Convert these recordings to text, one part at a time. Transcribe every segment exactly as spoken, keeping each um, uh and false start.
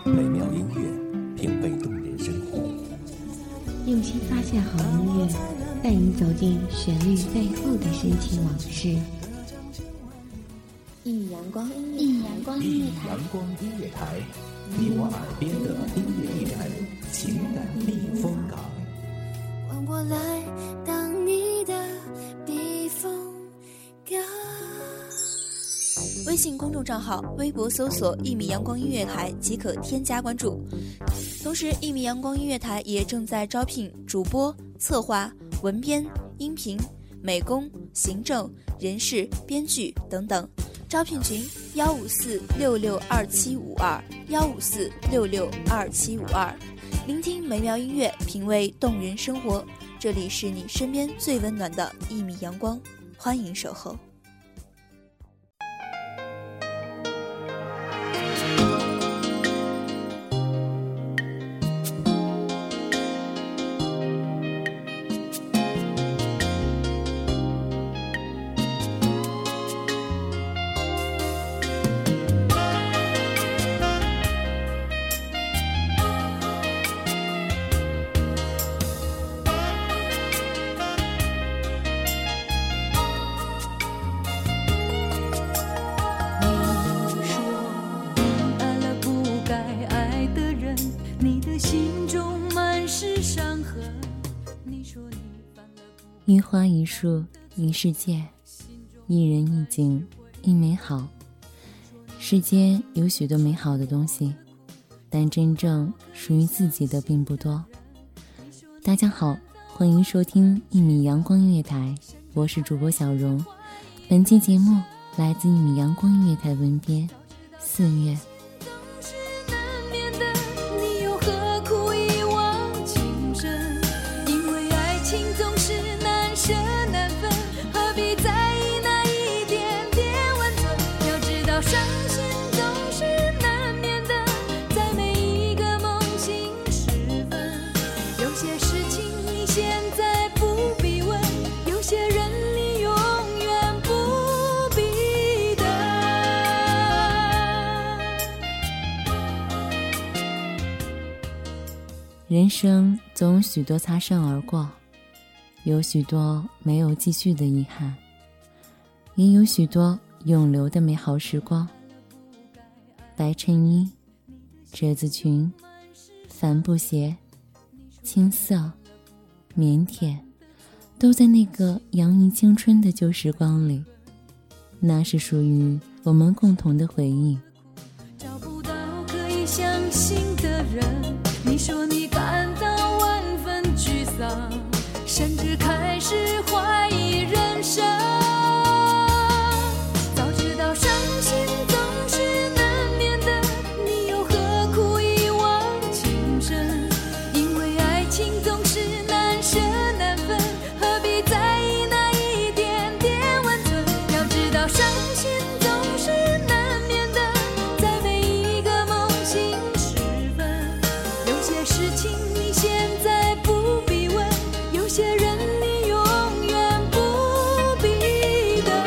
美妙音乐，品味动人生活。 用心发现好音乐，带你走进旋律背后的深情往事。 一米阳光，一米阳光音乐台， 阳光音乐台，你我耳边的音乐驿站，情感避风港。 换我来当你的避风港。 微信公众账号、微博搜索“一米阳光音乐台”即可添加关注。同时，一米阳光音乐台也正在招聘主播、策划、文编、音频、美工、行政、人事、编剧等等。招聘群：幺五四六六二七五二幺五四六六二七五二。聆听美妙音乐，品味动人生活。这里是你身边最温暖的一米阳光，欢迎守候。 一花一树一世界，一人一景一美好。世间有许多美好的东西，但真正属于自己的并不多。大家好，欢迎收听一米阳光音乐台，我是主播小荣。本期节目来自一米阳光音乐台文编四月。人生总有许多擦身而过，有许多没有继续的遗憾，也有许多永留的美好时光。白衬衣、褶子裙、帆布鞋、青涩、腼腆，都在那个洋溢青春的旧时光里，那是属于我们共同的回忆。 找不到可以相信的人，你说你感到万分沮丧，甚至开始怀疑人生。早知道伤心总是难免的，你又何苦一往情深？因为爱情总是难舍难分，何必在意那一点点温存？要知道伤心总是难免的，在每一个梦醒时分，有些事情你现在不必问，有些人你永远不必等。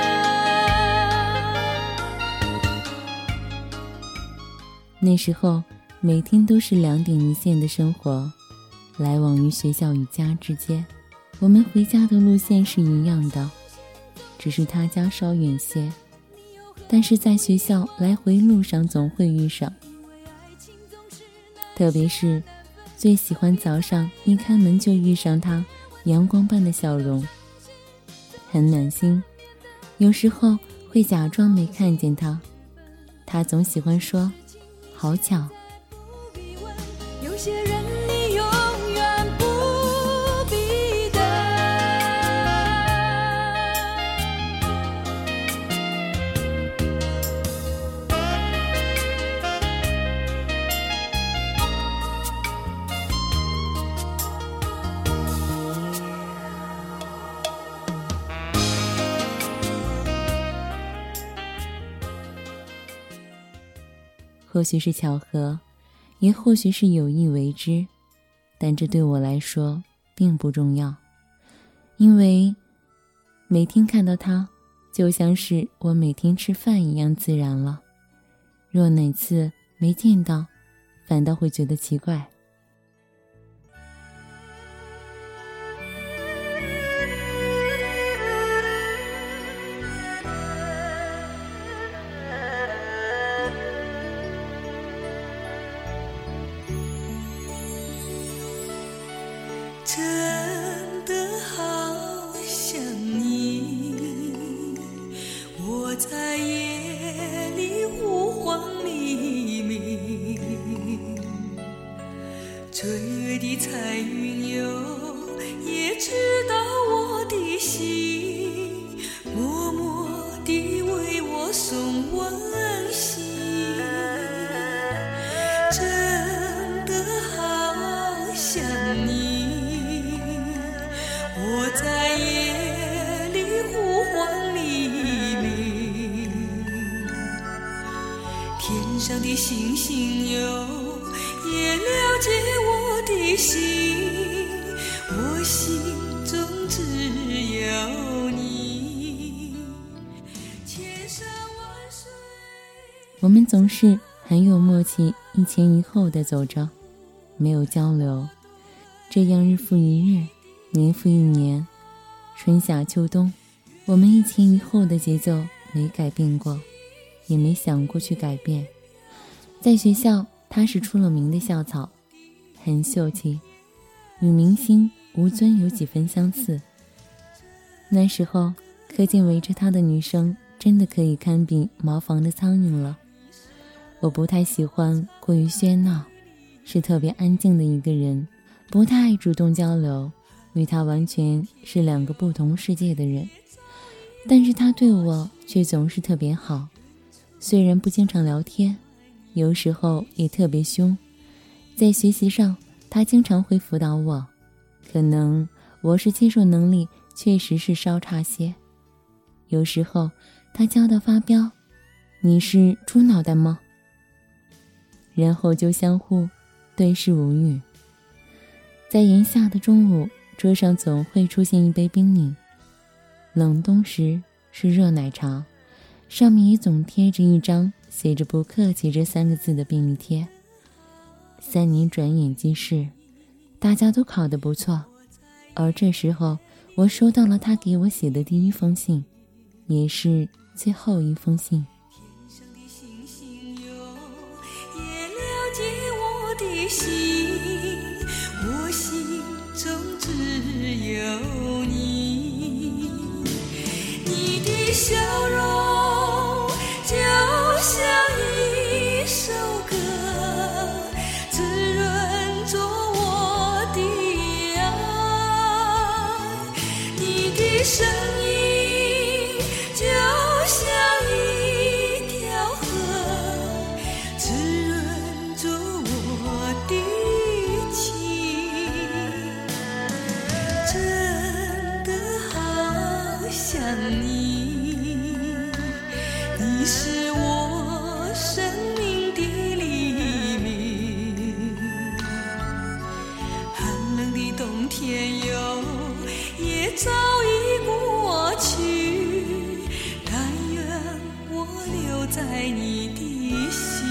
那时候每天都是两点一线的生活，来往于学校与家之间。我们回家的路线是一样的，只是他家稍远些，但是在学校来回路上总会遇上。特别是最喜欢早上一开门就遇上他阳光般的笑容，很暖心。有时候会假装没看见他，他总喜欢说好巧。 有些人你永远不必等。 或许是巧合，也或许是有意为之，但这对我来说并不重要，因为每天看到他就像是我每天吃饭一样自然了。若哪次没见到， 反倒会觉得奇怪。 真的好想你，我在夜里呼唤黎明，追月的彩云哟，也知道我的心，默默地为我送温馨。真的好想你，我在夜里呼唤黎明，天上的星星哟，也了解我的心，我心中只有你，千山万水。 我们总是很有默契，一前一后的走着，没有交流，这样日复一日，年复一年，春夏秋冬，我们一前一后的节奏没改变过，也没想过去改变。在学校，他是出了名的校草，很秀气，与明星吴尊有几分相似。那时候课间围着他的女生真的可以堪比茅房的苍蝇了。我不太喜欢过于喧闹，是特别安静的一个人，不太爱主动交流，与他完全是两个不同世界的人。但是他对我却总是特别好，虽然不经常聊天，有时候也特别凶。在学习上，他经常会辅导我，可能我是接受能力确实是稍差些。有时候他教到发飙，你是猪脑袋吗？然后就相互对视无语。在炎夏的中午，桌上总会出现一杯冰饮，冷冻时是热奶茶，上面也总贴着一张写着不客气这三个字的便利贴。三年转眼即逝，大家都考得不错，而这时候我收到了他给我写的第一封信，也是最后一封信。 心，我心中只有你，你的笑容就像一首歌，滋润着我的爱，你的声音就像一条河，滋润着我的情，真的好想你，你是我生命的黎明，寒冷的冬天哟，也早已过去，但愿我留在你的心。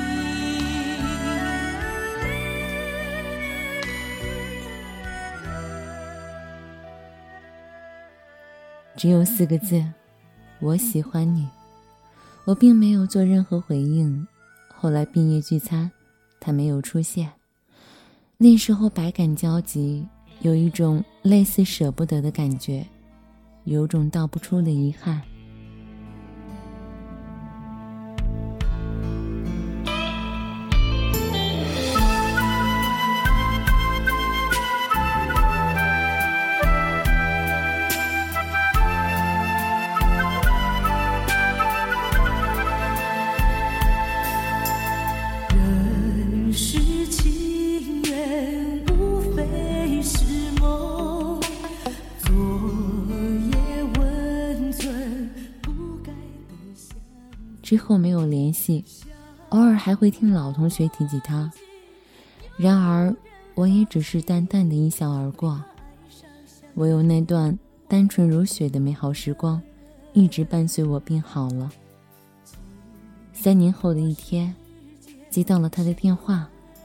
只有四个字，我喜欢你。我并没有做任何回应。后来毕业聚餐，他没有出现。那时候百感交集，有一种类似舍不得的感觉，有种道不出的遗憾。之后没有联系，偶尔还会听老同学提起他，然而我也只是淡淡的一笑而过。唯有那段单纯如雪的美好时光一直伴随我变好了。三年后的一天，接到了他的电话，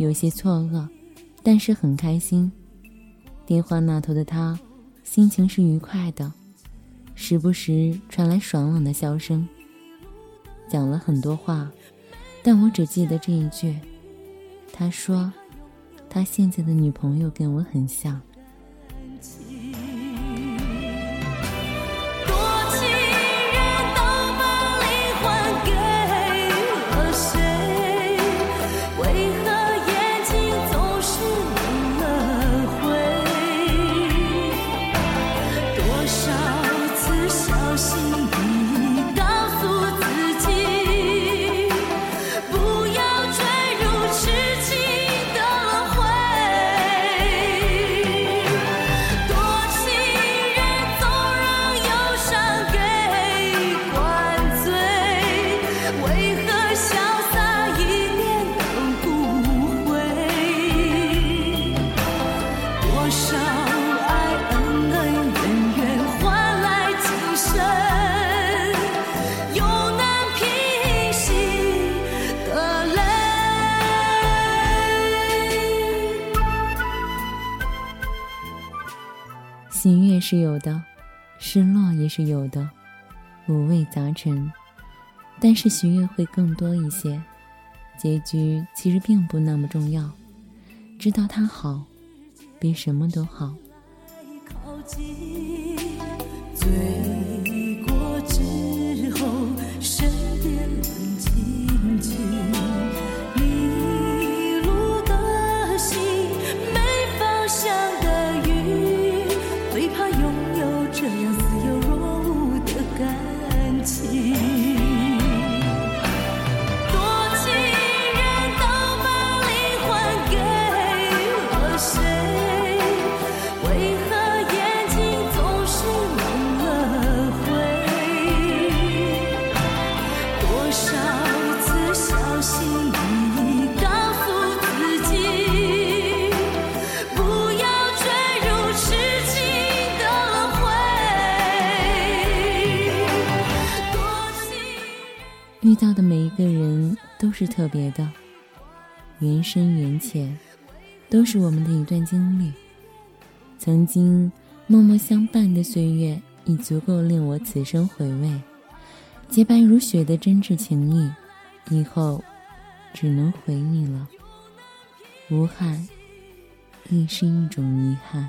有些错愕，但是很开心。电话那头的他心情是愉快的，时不时传来爽朗的笑声。讲了很多话，但我只记得这一句，他说他现在的女朋友跟我很像。喜悦是有的，失落也是有的，五味杂陈，但是喜悦会更多一些。结局其实并不那么重要，知道它好，比什么都好。 醉过之后，身边冷清清，迷路的心，没方向的云，最怕拥有这样似有若无的感情。 遇到的每一个人都是特别的，缘深缘浅，都是我们的一段经历。曾经默默相伴的岁月已足够令我此生回味，洁白如雪的真挚情谊，以后只能回忆了。无憾亦是一种遗憾。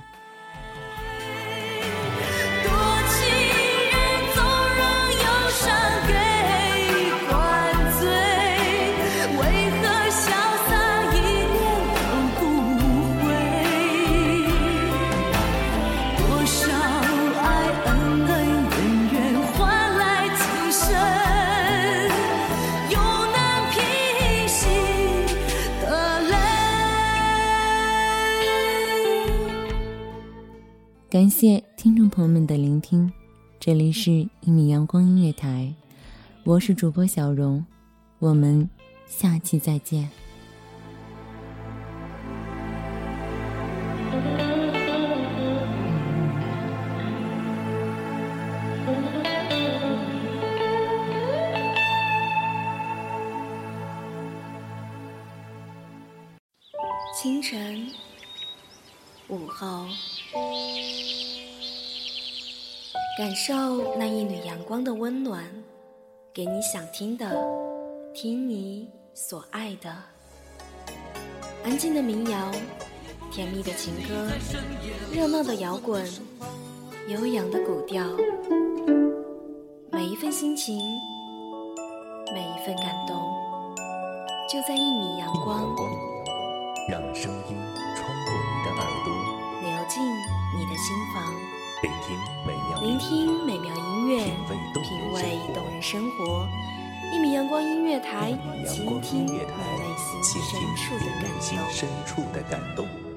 感谢听众朋友们的聆听，这里是一米阳光音乐台，我是主播小荣，我们下期再见。 清晨，午后，感受那一缕阳光的温暖，给你想听的，听你所爱的。安静的民谣，甜蜜的情歌，热闹的摇滚，悠扬的古调，每一份心情，每一份感动，就在一米阳光， 让声音穿过你的耳朵， 流进你的心房， 聆听美妙聆听美妙音乐， 品味动人生活。一米阳光音乐台，倾听音乐台， 内心深处的感动。 深处的感动。